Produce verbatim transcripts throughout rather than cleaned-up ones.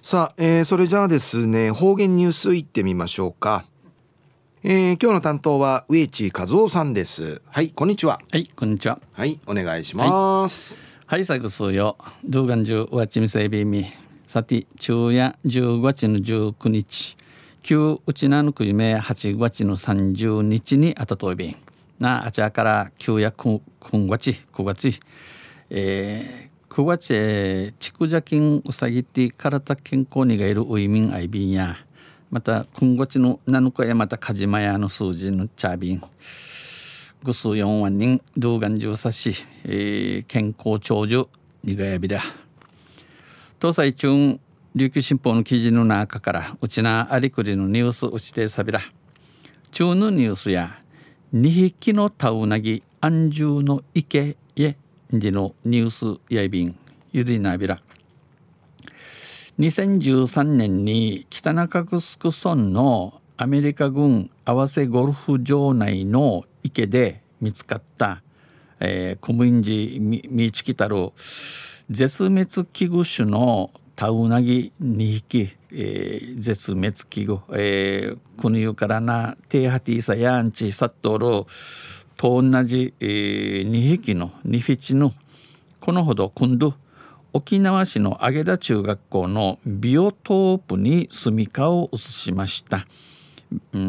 さあ、えー、それじゃあですね、方言ニュースいってみましょうか。えー、今日の担当は植地和夫さんです。はい、こんにちは。 はい、こんにちは。 はい、お願いします。 はい、最後数よ。動画中わちみせびみ。さて、昼夜じゅうごがつのじゅうくにち。旧うちなのくいめはちがつのさんじゅうにちにあたといびん。なあちゃから旧夜くんがつ、くがつ。えーくがつへちくじゃ金うさぎって体健康にがいるウイミンアイビンやまたくがつのなのかやまたカジマヤの数字のチャービンぐすよんまん人動画中さし、えー、健康長寿にがやびだ東西中琉球新報の記事の中からうちなありくりのニュースうちてさびら中のニュースやにひきのタウナギ安住の池へでのニュースやいびんゆりなびらにせんじゅうさんねんに北中城村のアメリカ軍合わせゴルフ場内の池で見つかった、えー、コムインジミチキタル絶滅危惧種のタウナギにひき、えー、絶滅危惧、えー、国ゆからなテーハティーサヤンチサットルと同じ、えー、にひきのにフィチのこのほど今度沖縄市の揚田中学校のビオトープに住みかを移しました、うん、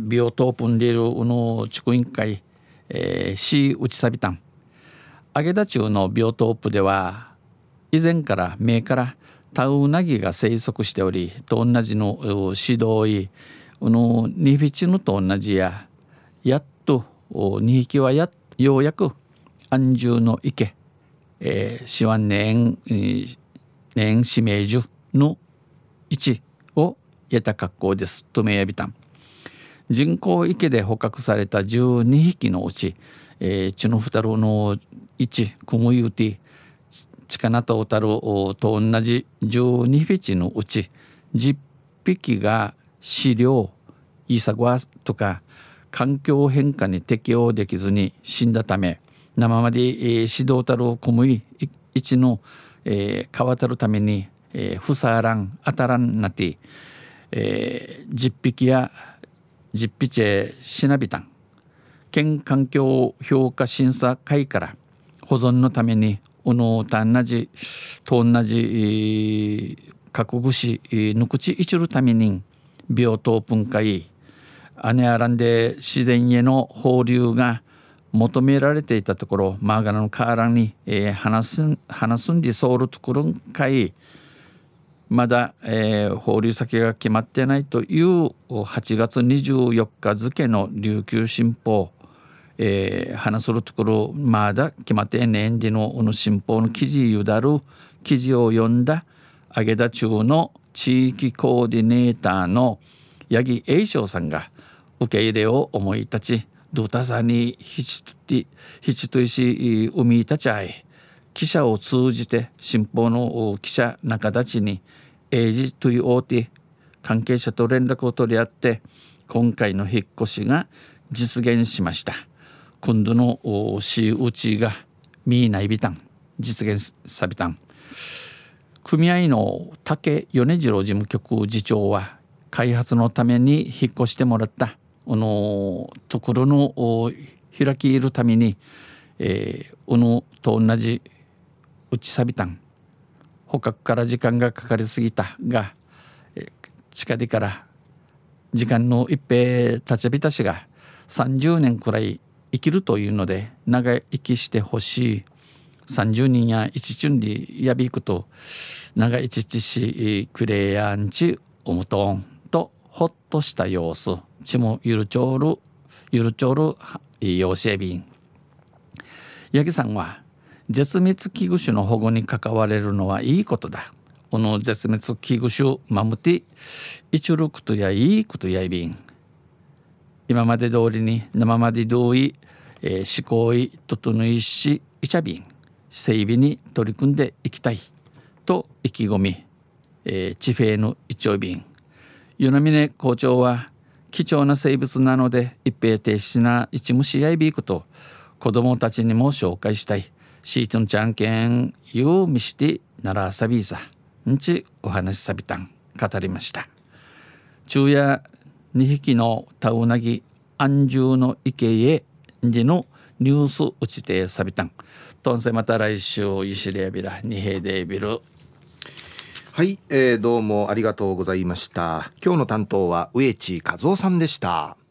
ビオトープにいるの地区委員会、えー、市内サビタン揚田中のビオトープでは以前から名からタウナギが生息しておりと同じの指導医のにフィチのと同じややっとにひきはやようやく安住の池、えー、シワンネン、えー、ネン指名樹の位置を得た格好ですとめやびたん人工池で捕獲されたじゅうにひきのうち、えー、チュノフタルの位置クムユーティチカナトウタルと同じじゅうにフィチのうちじゅっぴきが飼料イサゴアとか環境変化に適応できずに死んだため生まで、えー、指導たるを組む一の、えー、変わたるために、えー、ふさらん当たらんなて、えー、じゅっぴきやじゅっぴちへしなびたん県環境評価審査会から保存のためにおのたんなじと同じ覚悟しぬくちいちるためにビオトープン会アネアランで自然への放流が求められていたところマーガナのカーラに、えー、話す話すんじソウルとくるんかいまだ、えー、放流先が決まってないというはちがつにじゅうよっか付の琉球新報、えー、話するところまだ決まってねんでのこの新報の記事ゆだる記事を読んだ揚田中の地域コーディネーターの八木栄翔さんが受け入れを思い立ちドータさんにひちといし海立ち会い記者を通じて新報の記者仲立ちに英字という大手関係者と連絡を取り合って今回の引っ越しが実現しました今度の市内がミーナイビタン実現さびたん組合の竹米次郎事務局次長は開発のために引っ越してもらったこのところの開きいるために、えー、うぬと同じうちさびたん捕獲から時間がかかりすぎたが、えー、近でから時間の一平立ちびたしがさんじゅうねんくらい生きるというので長生きしてほしいさんじゅうにんや一チュンでやびくと長生きしくれやんちおむとんとほっとした様子ちもゆるちょるゆるちょる養成便八木さんは絶滅危惧種の保護に関われるのはいいことだこの絶滅危惧種マムティイチュルクとやいいことやいびん今まで通りに生まで同意、えー、思考い整いしいちゃびん整備に取り組んでいきたいと意気込み、えー、地平の一応便与那嶺校長は貴重な生物なので一平停止な一無視やいびいこと子どもたちにも紹介したいシートンちゃんけんゆうみしてならさびさんちお話さびたん語りました。昼夜にひきのタウナギ安住の池へでのニュース打ちてさびたんとんせまた来週ゆしれやびらにへいでびる。 はい、えー、どうもありがとうございました。今日の担当は植地和夫さんでした。